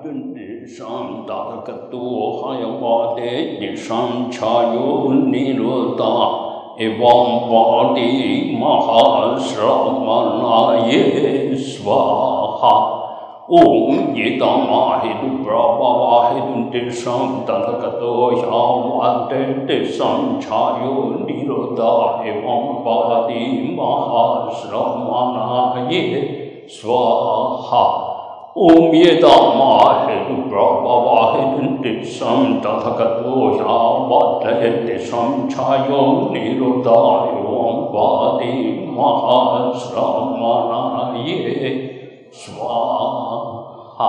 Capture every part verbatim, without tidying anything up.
顿地上达达格多哈呀瓦的地上查尤尼罗达伊旺瓦的玛哈沙玛那耶斯瓦哈。Om Yeda Mahidu Brahma Mahidu Desam Dalakato Yawante Desam Chayo Niroda Evam Vadi Mahasramana Ye Swaha Om Yeda Mahidu Brahma Mahidu Desam Dalakato Yawante Desam Chayo Niroda Evam Vadi Mahasramana Ye Swaha。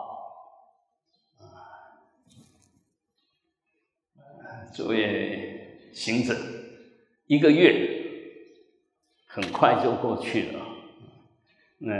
诸位行者，一个月很快就过去了。那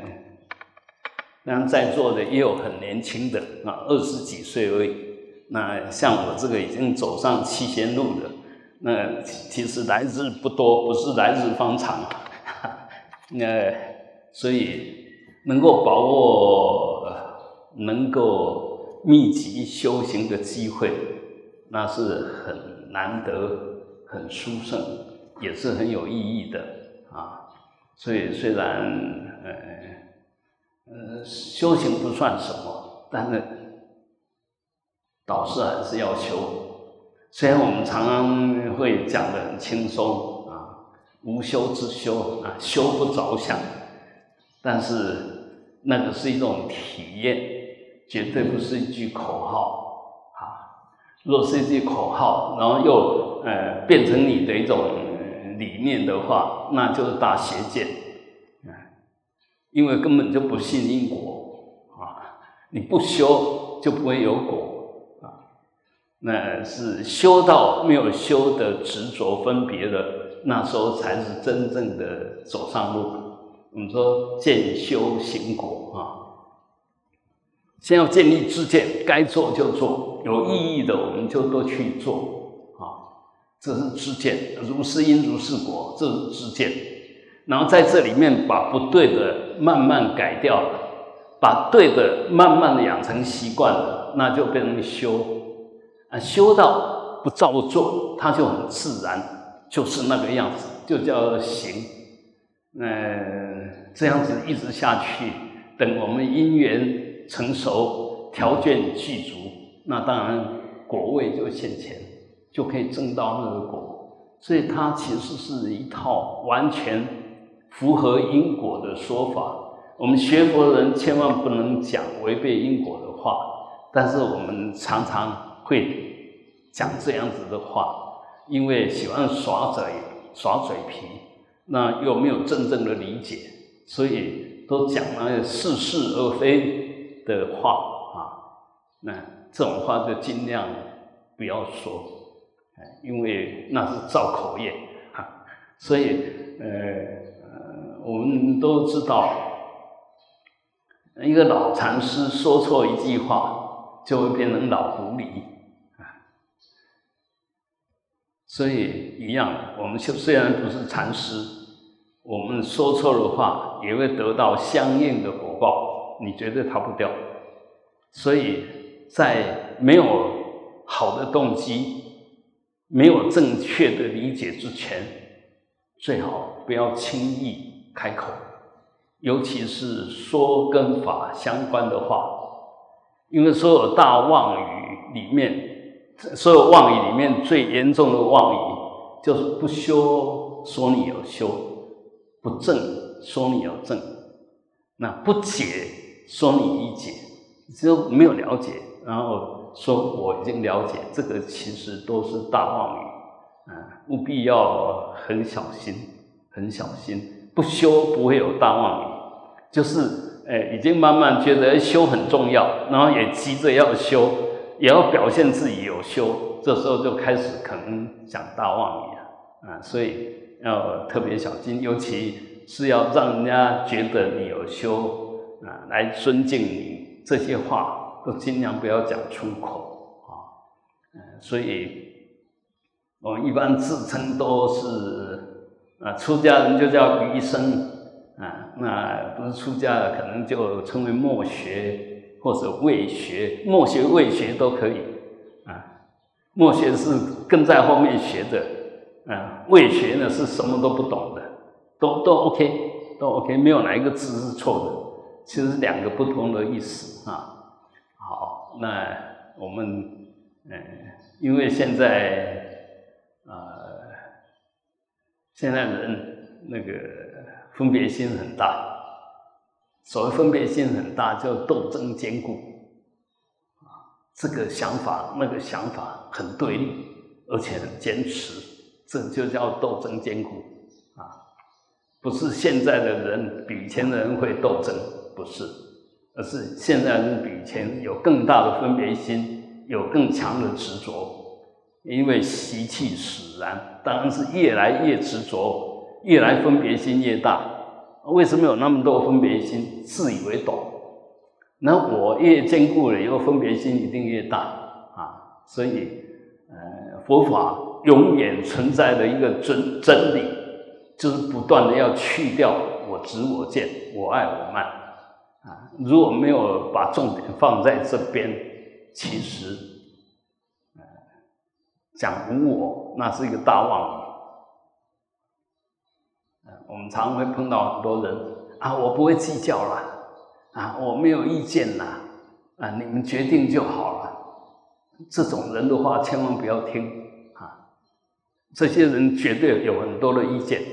那在座的也有很年轻的啊，二十几岁而已。那像我这个已经走上七仙路的，那其实来日不多，不是来日方长。那所以能够把握能够密集修行的机会，那是很难得、很殊胜，也是很有意义的啊。所以虽然呃呃修行不算什么，但是导师还是要修。虽然我们常常会讲得很轻松啊，无修之修啊，修不着相，但是那个是一种体验，绝对不是一句口号啊。如果是一句口号，然后又呃变成你的一种理念的话，那就是大邪见，因为根本就不信因果啊。你不修就不会有果啊。那是修到没有修的执着分别了，那时候才是真正的走上路。我们说见修行果啊，先要建立知见，该做就做，有意义的我们就都去做啊，这是知见，如是因如是果，这是知见。然后在这里面把不对的慢慢改掉了，把对的慢慢的养成习惯了，那就变成修啊，修到不照做，它就很自然，就是那个样子，就叫行。呃，这样子一直下去，等我们因缘成熟，条件具足，那当然果位就现前，就可以证到那个果。所以它其实是一套完全符合因果的说法。我们学佛的人千万不能讲违背因果的话，但是我们常常会讲这样子的话，因为喜欢耍嘴耍嘴皮。那又没有真正的理解，所以都讲那些似是而非的话啊。那这种话就尽量不要说，因为那是造口业啊。所以呃呃，我们都知道，一个老禅师说错一句话，就会变成老狐狸。所以一样，我们虽然不是禅师，我们说错的话也会得到相应的果报，你绝对逃不掉。所以在没有好的动机、没有正确的理解之前，最好不要轻易开口，尤其是说跟法相关的话，因为所有大妄语里面，所有妄语里面最严重的妄语就是不修说你有修，不正说你有正，那不解说你已解，就没有了解，然后说我已经了解，这个其实都是大妄语啊，务必要很小心，很小心。不修不会有大妄语，就是诶已经慢慢觉得修很重要，然后也急着要修，也要表现自己有修，这时候就开始可能讲大妄语了啊，所以要特别小心，尤其是要让人家觉得你有修啊，来尊敬你，这些话都尽量不要讲出口啊。所以我们一般自称都是啊，出家人就叫余生啊，那不是出家的可能就称为末学或者味学，墨学、味学都可以啊。墨学是跟在后面学的，啊，味学呢是什么都不懂的，都都 OK， 都 OK， 没有哪一个字是错的，其实两个不同的意思啊。好，那我们呃，因为现在呃，现在人那个分别心很大。所谓分别心很大，就斗争坚固，这个想法那个想法很对立，而且很坚持，这就叫斗争坚固啊！不是现在的人比以前的人会斗争，不是，而是现在的人比以前有更大的分别心，有更强的执着，因为习气使然，当然是越来越执着，越来分别心越大。为什么有那么多分别心？自以为懂，那我越坚固了以后，分别心一定越大啊！所以，呃，佛法永远存在的一个真真理，就是不断的要去掉我执我见、我爱我慢啊！如果没有把重点放在这边，其实，呃，讲无我，那是一个大妄语。我们常常会碰到很多人啊，我不会计较啦，啊，我没有意见啦，啊，你们决定就好了。这种人的话，千万不要听啊！这些人绝对有很多的意见。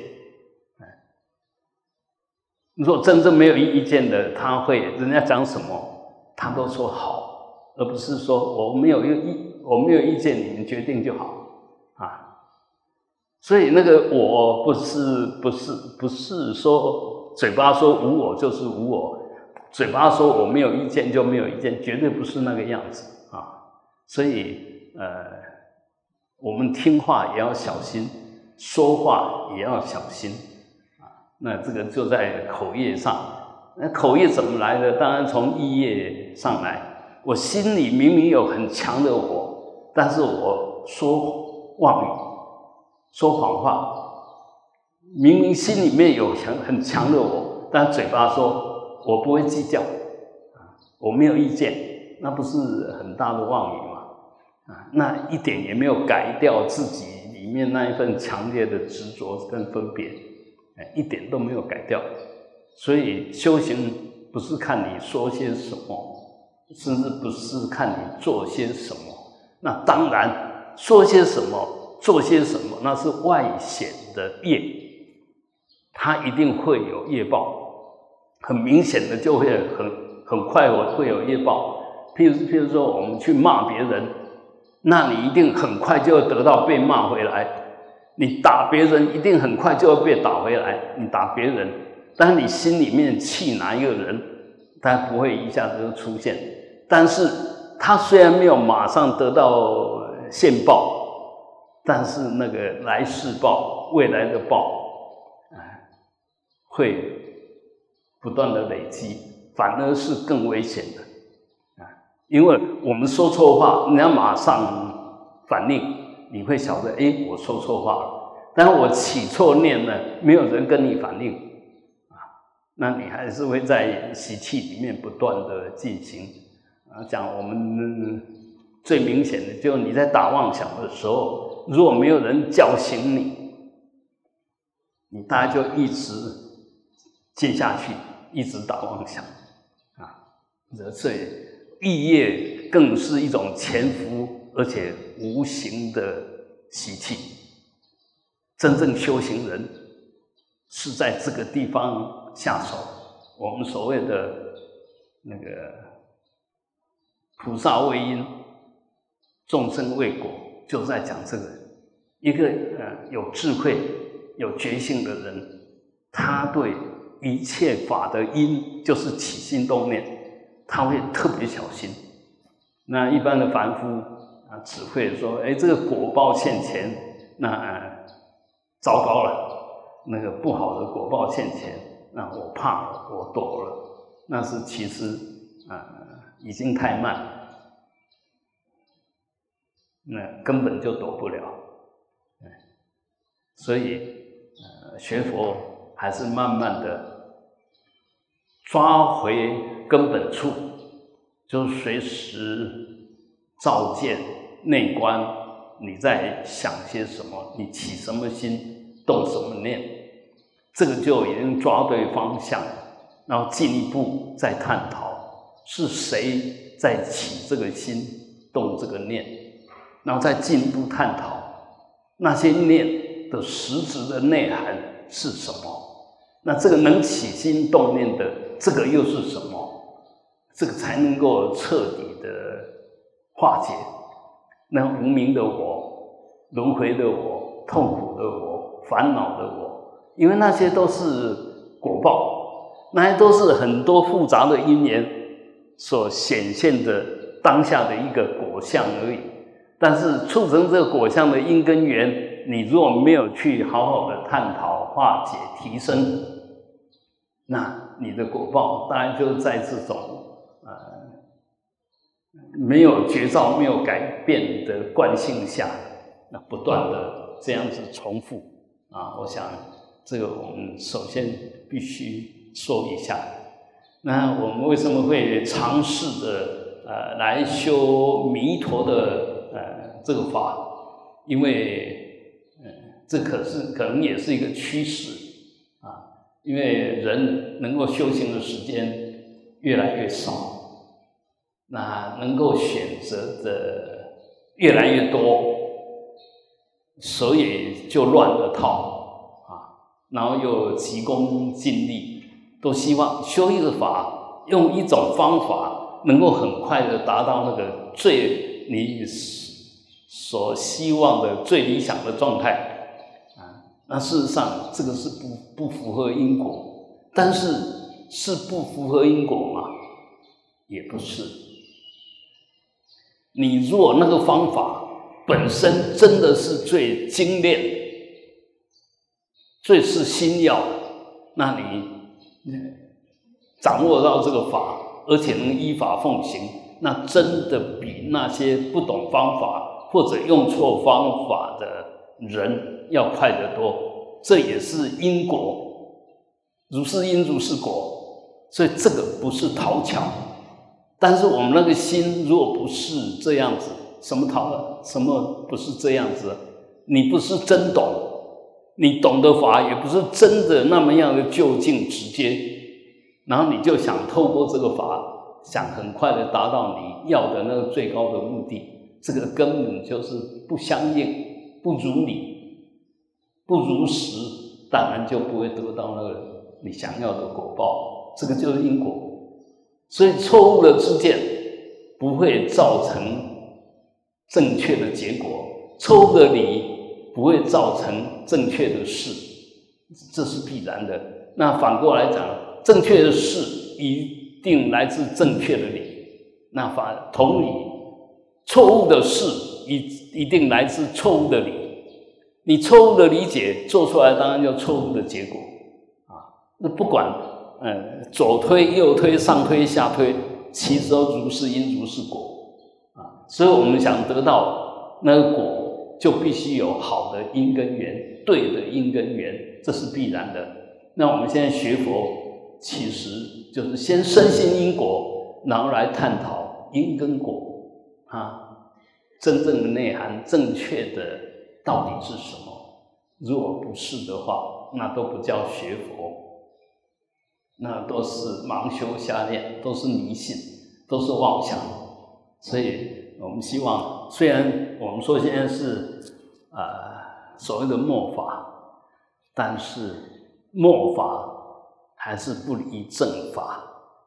如果真正没有意见的，他会人家讲什么，他都说好，而不是说我没有意我没有意见，你们决定就好啊。所以那个我不是不是不是说嘴巴说无我就是无我，嘴巴说我没有意见就没有意见，绝对不是那个样子啊。所以呃，我们听话也要小心，说话也要小心啊。那这个就在口业上，那口业怎么来的？当然从意业上来。我心里明明有很强的我，但是我说妄语。说谎话，明明心里面有强很强的我，但嘴巴说我不会计较，我没有意见，那不是很大的妄语吗？啊，那一点也没有改掉自己里面那一份强烈的执着跟分别，一点都没有改掉。所以修行不是看你说些什么，甚至不是看你做些什么。那当然说些什么。做些什么，那是外显的业，它一定会有业报，很明显的就会很很快会有业报。譬如譬如说，我们去骂别人，那你一定很快就会得到被骂回来；你打别人，一定很快就会被打回来。你打别人，但是你心里面气哪一个人，他不会一下子就出现。但是他虽然没有马上得到现报。但是那个来世报，未来的报，啊，会不断的累积，反而是更危险的，啊，因为我们说错话，人家马上反应，你会晓得，哎，我说错话了，但我起错念呢，没有人跟你反应，啊，那你还是会在习气里面不断的进行，啊，讲我们最明显的，就是你在打妄想的时候。如果没有人叫醒你，你大概就一直接下去，一直打妄想啊。所以意业更是一种潜伏而且无形的习气。真正修行人是在这个地方下手。我们所谓的那个菩萨为因，众生为果。就在讲这个，一个呃有智慧、有觉性的人，他对一切法的因，就是起心动念，他会特别小心。那一般的凡夫啊，只会说：“哎，这个果报现前，那、呃、糟糕了，那个不好的果报现前，那我怕了，我躲了。”那是其实啊、呃，已经太慢。那根本就躲不了，所以呃，学佛还是慢慢的抓回根本处， 就随时照见内观，你在想些什么，你起什么心，动什么念，这个就已经抓对方向，然后进一步再探讨是谁在起这个心，动这个念，然后再进一步探讨那些念的实质的内涵是什么。那这个能起心动念的，这个又是什么？这个才能够彻底的化解那无明的我、轮回的我、痛苦的我、烦恼的我，因为那些都是果报，那些都是很多复杂的因缘所显现的当下的一个果相而已。但是促成这个果相的因跟缘，你如果没有去好好的探讨、化解、提升，那你的果报当然就在这种呃没有觉照、没有改变的惯性下，那不断的这样子重复啊。我想这个我们首先必须说一下。那我们为什么会尝试的呃来修弥陀的呃这个法？因为呃这可是可能也是一个趋势啊。因为人能够修行的时间越来越少，那能够选择的越来越多，所以就乱了套啊，然后又急功近利，都希望修一个法，用一种方法能够很快的达到那个最你所希望的最理想的状态。那事实上这个是不不符合因果，但是是不符合因果吗？也不是。你如果那个方法本身真的是最精炼、最是心要，那你掌握到这个法，而且能依法奉行，那真的比那些不懂方法或者用错方法的人要快得多。这也是因果，如是因如是果，所以这个不是讨巧。但是我们那个心如果不是这样子，什么讨什么不是这样子？你不是真懂，你懂的法也不是真的那么样的究竟直接，然后你就想透过这个法，想很快的达到你要的那个最高的目的，这个根本就是不相应，不如理。不如实，当然就不会得到那个你想要的果报，这个就是因果。所以错误的知见不会造成正确的结果，错误的理不会造成正确的事，这是必然的。那反过来讲，正确的事一定来自正确的理，那反同理，错误的事一一定来自错误的理。你错误的理解做出来，当然就错误的结果啊。那不管呃左推右推上推下推，其实都如是因如是果啊。所以我们想得到那个果，就必须有好的因跟缘，对的因跟缘，这是必然的。那我们现在学佛，其实就是先深信因果，然后来探讨因跟果啊，真正的内涵，正确的到底是什么？如果不是的话，那都不叫学佛，那都是盲修瞎练，都是迷信，都是妄想。所以我们希望，虽然我们说现在是呃所谓的末法，但是末法还是不离正法。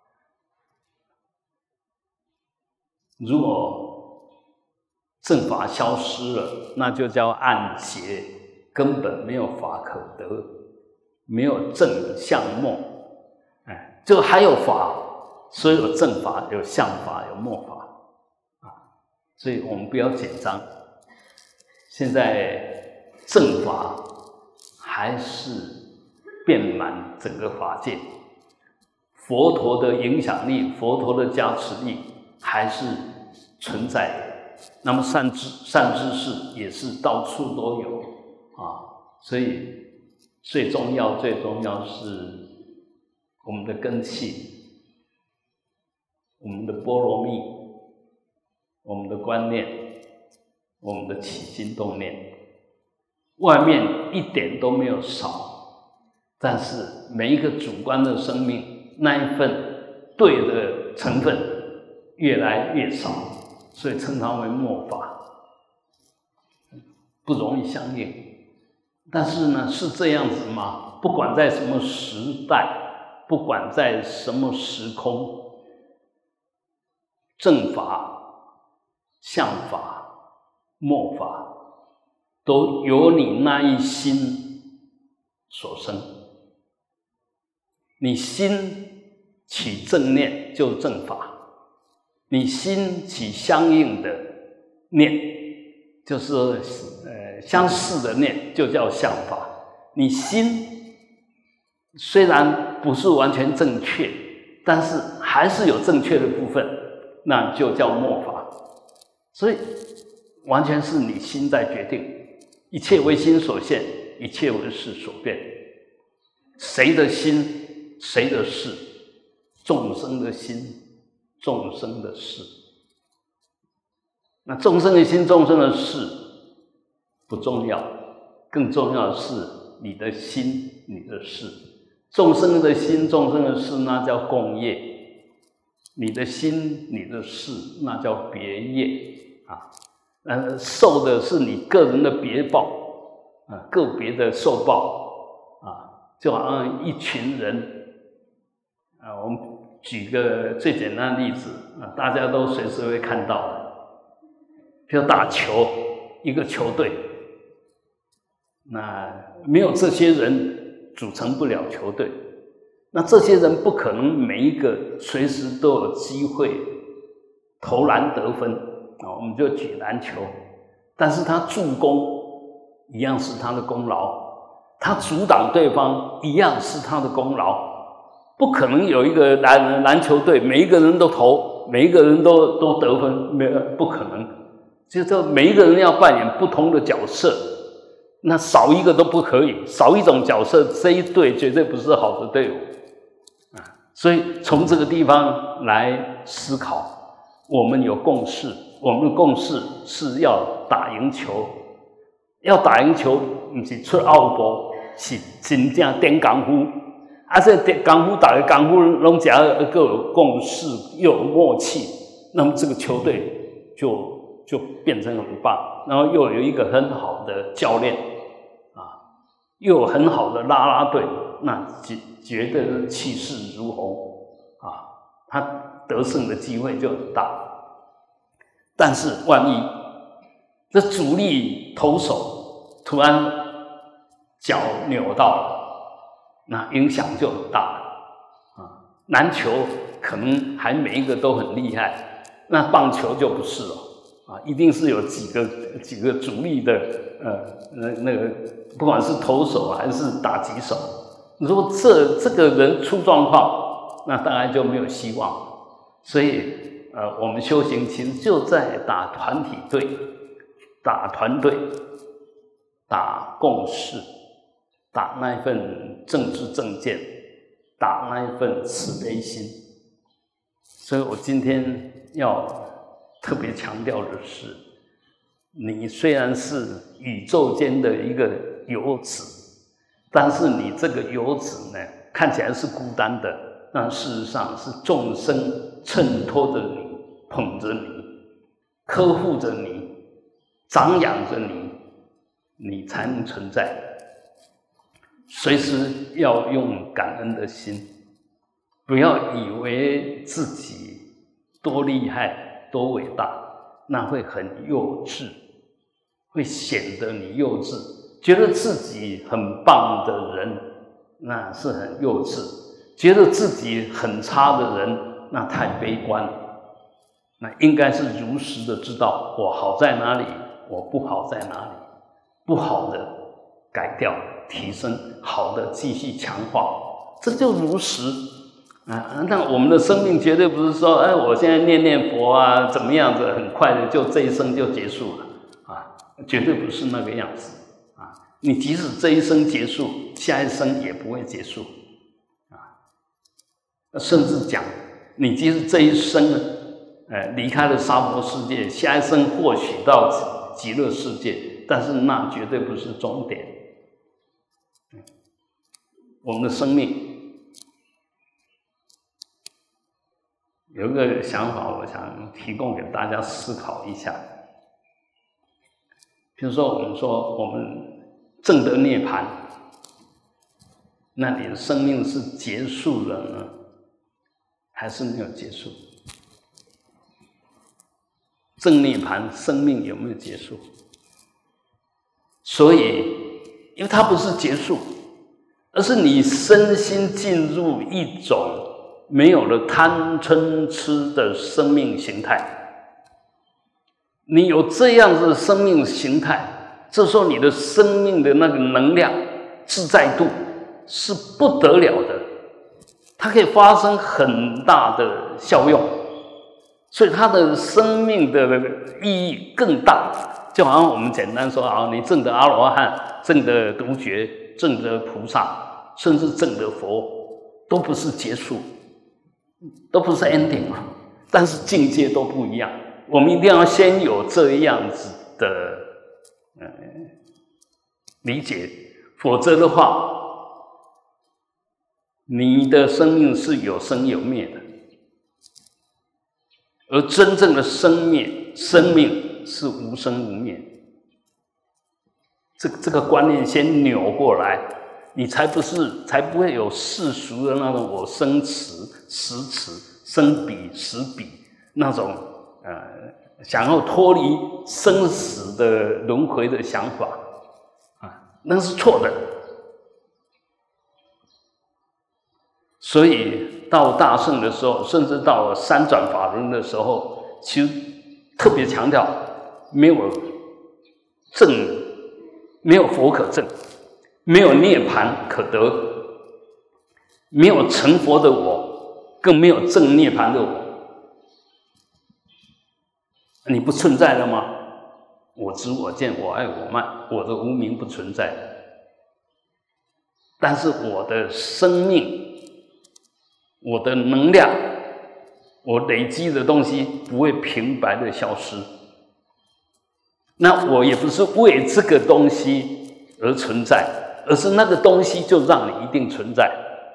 如果正法消失了，那就叫暗邪，根本没有法可得，没有正相末，哎，就还有法，所以有正法、有相法、有末法啊。所以我们不要紧张，现在正法还是遍满整个法界，佛陀的影响力、佛陀的加持力还是存在的。那么善知善知识也是到处都有啊，所以最重要最重要是我们的根器， 我们的波罗蜜，我们的观念，我们的起心动念，外面一点都没有少，但是每一个主观的生命那一份对的成分越来越少，所以称它为末法，不容易相应。但是呢，是这样子吗？不管在什么时代，不管在什么时空，正法、相法、末法，都由你那一心所生。你心起正念就正法，你心起相应的念，就是呃相似的念，就叫相法。你心虽然不是完全正确，但是还是有正确的部分，那就叫末法。所以完全是你心在决定，一切为心所现，一切为事所变。谁的心，谁的事，众生的心，众生的事。那众生的心，众生的事不重要，更重要的是你的心，你的事。众生的心，众生的事，那叫共业；你的心，你的事，那叫别业啊。呃，受的是你个人的别报啊，个别的受报啊，就好像一群人啊，我们举个最简单的例子啊，大家都随时会看到的，比如打球，一个球队，那没有这些人组成不了球队，那这些人不可能每一个随时都有机会投篮得分啊。我们就举篮球，但是他助攻一样是他的功劳，他阻挡对方一样是他的功劳。不可能有一个篮篮球队每一个人都投，每一个人都都得分，没不可能。就这每一个人要扮演不同的角色。那少一个都不可以，少一种角色，这一队绝对不是好的队伍啊！所以从这个地方来思考，我们有共识，我们的共识是要打赢球，要打赢球，不是出奥步，是真正点功夫。啊，这点功夫，打个功夫，拢只要一个有共识，又有默契，那么这个球队就就变成很棒，然后又有一个很好的教练。又有很好的啦啦队，那绝绝对是气势如虹啊！他得胜的机会就很大。但是万一这主力投手突然脚扭到了，那影响就很大啊！篮球可能还每一个都很厉害，那棒球就不是了啊！一定是有几个几个主力的呃那那个。不管是投手还是打击手，如果这这个人出状况，那当然就没有希望。所以，呃，我们修行其实就在打团体队、打团队、打共识、打那一份政治正见、打那一份慈悲心。所以我今天要特别强调的是，你虽然是宇宙间的一个游子，但是你这个游子呢，看起来是孤单的，但事实上是众生衬托着你，捧着你，呵护着你，长养着你，你才能存在。随时要用感恩的心，不要以为自己多厉害、多伟大，那会很幼稚，会显得你幼稚。觉得自己很棒的人，那是很幼稚；觉得自己很差的人，那太悲观。那应该是如实的知道我好在哪里，我不好在哪里，不好的改掉、提升，好的继续强化，这就如实啊。那我们的生命绝对不是说，哎，我现在念念佛啊，怎么样子，很快的就这一生就结束了啊，绝对不是那个样子。你即使这一生结束，下一生也不会结束啊！甚至讲， 你即使这一生呢，呃，离开了娑婆世界，下一生或许到极乐世界，但是那绝对不是终点。我们的生命有一个想法，我想提供给大家思考一下。比如说，我们说我们证得涅槃，那你的生命是结束了呢，还是没有结束？证涅槃，生命有没有结束？所以，因为它不是结束，而是你身心进入一种没有了贪嗔痴的生命形态。你有这样子的生命形态，这时候你的生命的那个能量、自在度是不得了的，它可以发生很大的效用，所以它的生命的意义更大。就好像我们简单说啊，你证得阿罗汉、证得独觉、证得菩萨，甚至证得佛，都不是结束，都不是 ending 嘛，但是境界都不一样。我们一定要先有这样子的呃理解，否则的话，你的生命是有生有灭的，而真正的生灭生命是无生无灭。这这个观念先扭过来，你才不是才不会有世俗的那种我生此死此生彼死彼那种呃想要脱离生死的轮回的想法啊，那是错的。所以到大乘的时候，甚至到了三转法轮的时候，其实特别强调没有证，没有佛可证，没有涅槃可得，没有成佛的我，更没有证涅槃的我。你不存在了吗？我执我见我爱我慢，我的无明不存在，但是我的生命，我的能量，我累积的东西不会平白的消失。那我也不是为这个东西而存在，而是那个东西就让你一定存在，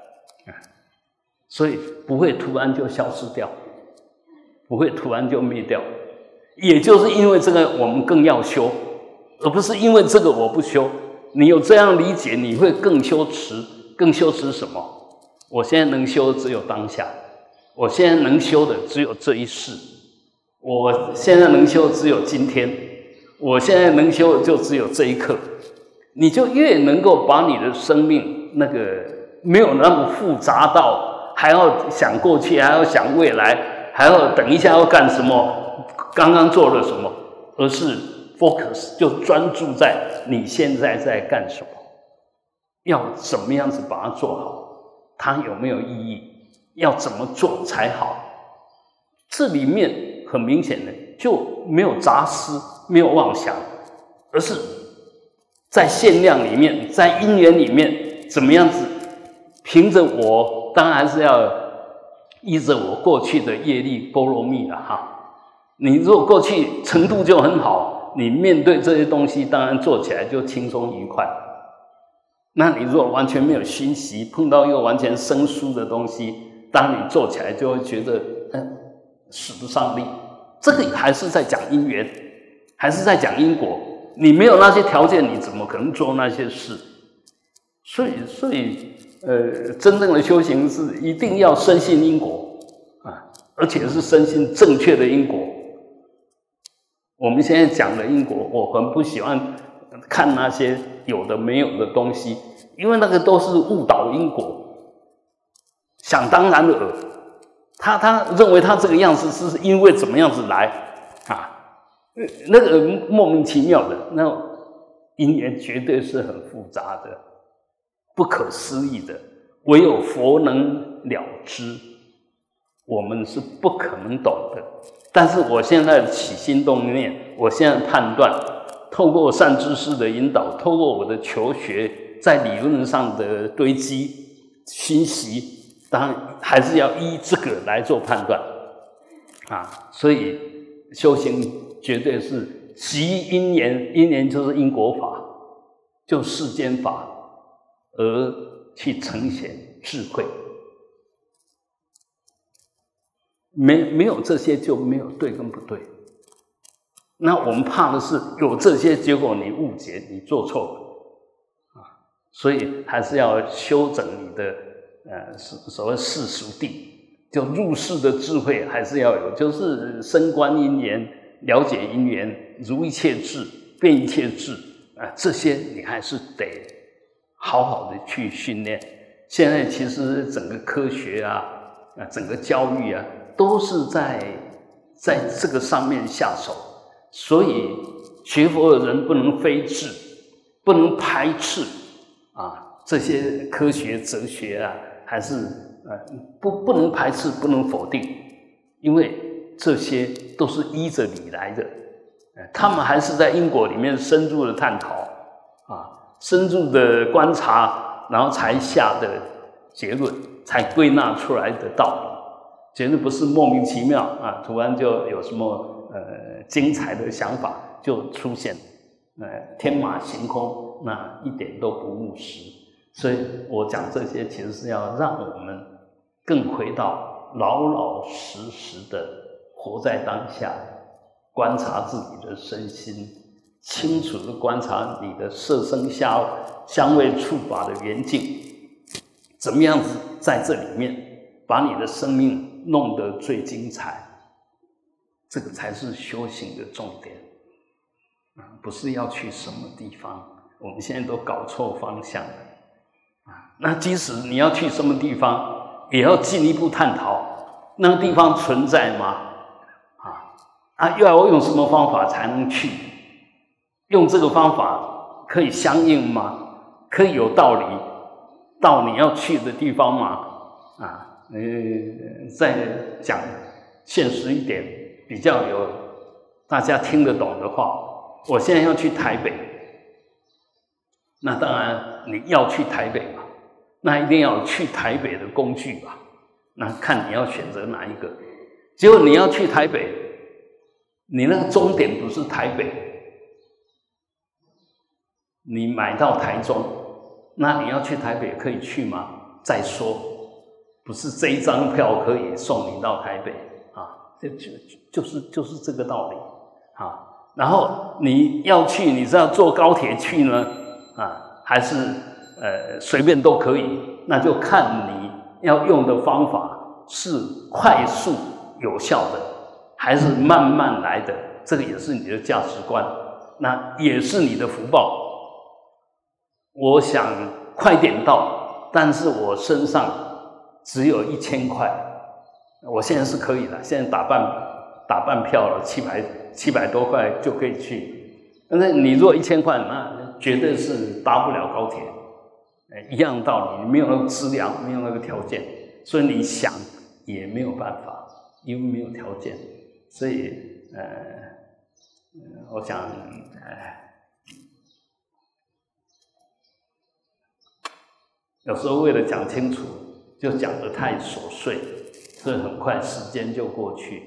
所以不会突然就消失掉，不会突然就灭掉。也就是因为这个，我们更要修，而不是因为这个我不修。你有这样理解，你会更羞耻。更羞耻什么？我现在能修只有当下，我现在能修的只有这一世，我现在能修只有今天，我现在能修的就只有这一刻。你就越能够把你的生命那个没有那么复杂到还要想过去，还要想未来，还要等一下要干什么，刚刚做了什么，而是 focus 就专注在你现在在干什么，要怎么样子把它做好，它有没有意义，要怎么做才好。这里面很明显的就没有杂思，没有妄想，而是在限量里面，在因缘里面怎么样子，凭着我当然还是要依着我过去的业力波罗蜜了哈。你如果过去程度就很好，你面对这些东西当然做起来就轻松愉快。那你如果完全没有熏习，碰到又完全生疏的东西，当你做起来就会觉得嗯使不上力。这个还是在讲因缘，还是在讲因果。你没有那些条件，你怎么可能做那些事？所以，所以，呃，真正的修行是一定要深信因果啊，而且是深信正确的因果。我们现在讲的因果，我很不喜欢看那些有的没有的东西，因为那个都是误导因果，想当然尔。他他认为他这个样子是因为怎么样子来啊？那个莫名其妙的，那因缘绝对是很复杂的、不可思议的，唯有佛能了知，我们是不可能懂的。但是我现在起心动念，我现在判断，透过善知识的引导，透过我的求学，在理论上的堆积、熏习， 当然还是要依这个来做判断啊。所以修行绝对是习因缘，因缘就是因果法，就世间法，而去呈现智慧。没没有这些就没有对跟不对。那我们怕的是有这些，结果你误解，你做错了啊。所以还是要修整你的呃所谓世俗谛，就入世的智慧还是要有，就是深观因缘，了解因缘，如一切智，变一切智啊、呃，这些你还是得好好的去训练。现在其实整个科学啊，啊整个教育啊，都是在在这个上面下手。所以学佛的人不能非智，不能排斥啊这些科学哲学啊，还是呃不不能排斥，不能否定，因为这些都是依着理来的，呃他们还是在因果里面深入的探讨啊，深入的观察，然后才下的结论，才归纳出来的道理，绝对不是莫名其妙啊，突然就有什么呃，精彩的想法就出现，呃，天马行空，那一点都不务实。所以我讲这些，其实是要让我们更回到老老实实的活在当下，观察自己的身心，清楚的观察你的色声香香味触法的缘境，怎么样子在这里面把你的生命弄得最精彩。这个才是修行的重点，不是要去什么地方，我们现在都搞错方向了。那即使你要去什么地方，也要进一步探讨，那个地方存在吗？啊，啊，又要用什么方法才能去？用这个方法可以相应吗？可以有道理到你要去的地方吗？啊，呃，再讲现实一点，比较有大家听得懂的话，我现在要去台北，那当然你要去台北嘛，那一定要有去台北的工具吧，那看你要选择哪一个。结果你要去台北，你那个终点不是台北，你买到台中，那你要去台北可以去吗？再说，不是这一张票可以送你到台北啊。就就就是就是这个道理啊。然后你要去，你是要坐高铁去呢，啊，还是呃随便都可以？那就看你要用的方法是快速有效的，还是慢慢来的。这个也是你的价值观，那也是你的福报。我想快点到，但是我身上只有一千块。我现在是可以了，现在打半打半票了，七百七百多块就可以去。但是你如果一千块，那绝对是搭不了高铁，一样道理，你没有那个资粮，没有那个条件，所以你想也没有办法，因为没有条件。所以呃，我想，呃，有时候为了讲清楚，就讲得太琐碎。所以很快时间就过去。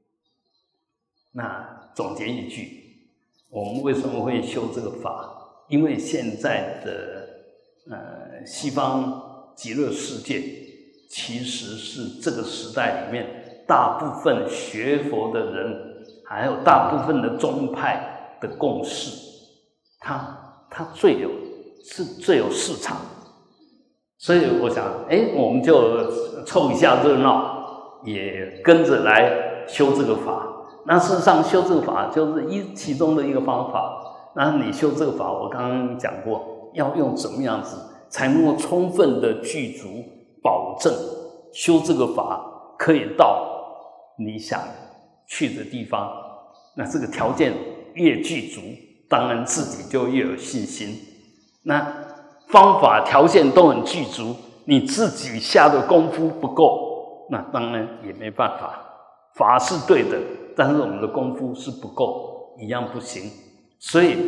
那总结一句，我们为什么会修这个法？因为现在的呃西方极乐世界，其实是这个时代里面大部分学佛的人，还有大部分的宗派的共识，它它最有是最有市场。所以我想，哎，我们就凑一下热闹。也跟着来修这个法，那事实上修这个法就是一其中的一个方法。那你修这个法，我刚刚讲过，要用怎么样子才能够充分的具足，保证修这个法可以到你想去的地方。那这个条件越具足，当然自己就越有信心。那方法条件都很具足，你自己下的功夫不够，那当然也没办法，法是对的，但是我们的功夫是不够，一样不行。所以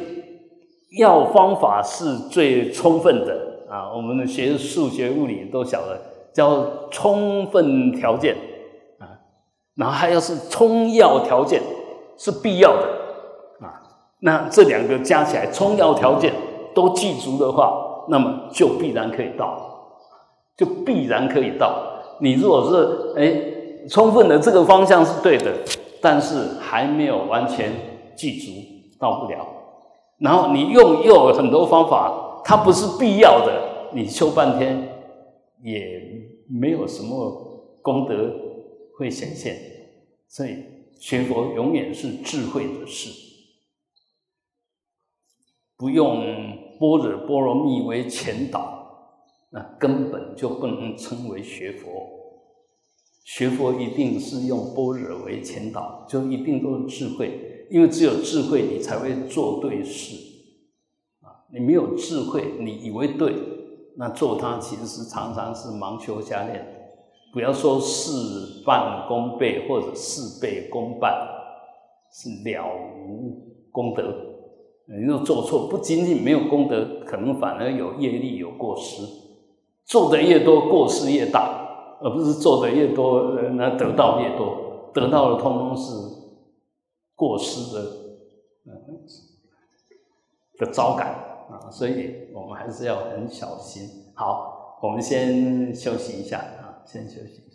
要方法是最充分的啊！我们学数学、物理都晓得， 叫充分条件啊，然后还要是充要条件，是必要的啊。那这两个加起来，充要条件都具足的话，那么就必然可以到，就必然可以到。你如果是哎充分的这个方向是对的，但是还没有完全具足，到不了。然后你用又有很多方法，它不是必要的，你修半天也没有什么功德会显现。所以学佛永远是智慧的事，不用般若波罗蜜为前导，那根本就不能称为学佛。学佛一定是用般若为前导，就一定都是智慧，因为只有智慧你才会做对事啊！你没有智慧，你以为对，那做它其实是常常是盲修瞎练。不要说事半功倍或者事倍功半，是了无功德。你若做错，不仅仅没有功德，可能反而有业力有过失，做的越多过失越大，而不是做的越多那得到越多，得到的通通是过失的的招感啊，所以我们还是要很小心。好，我们先休息一下啊，先休息。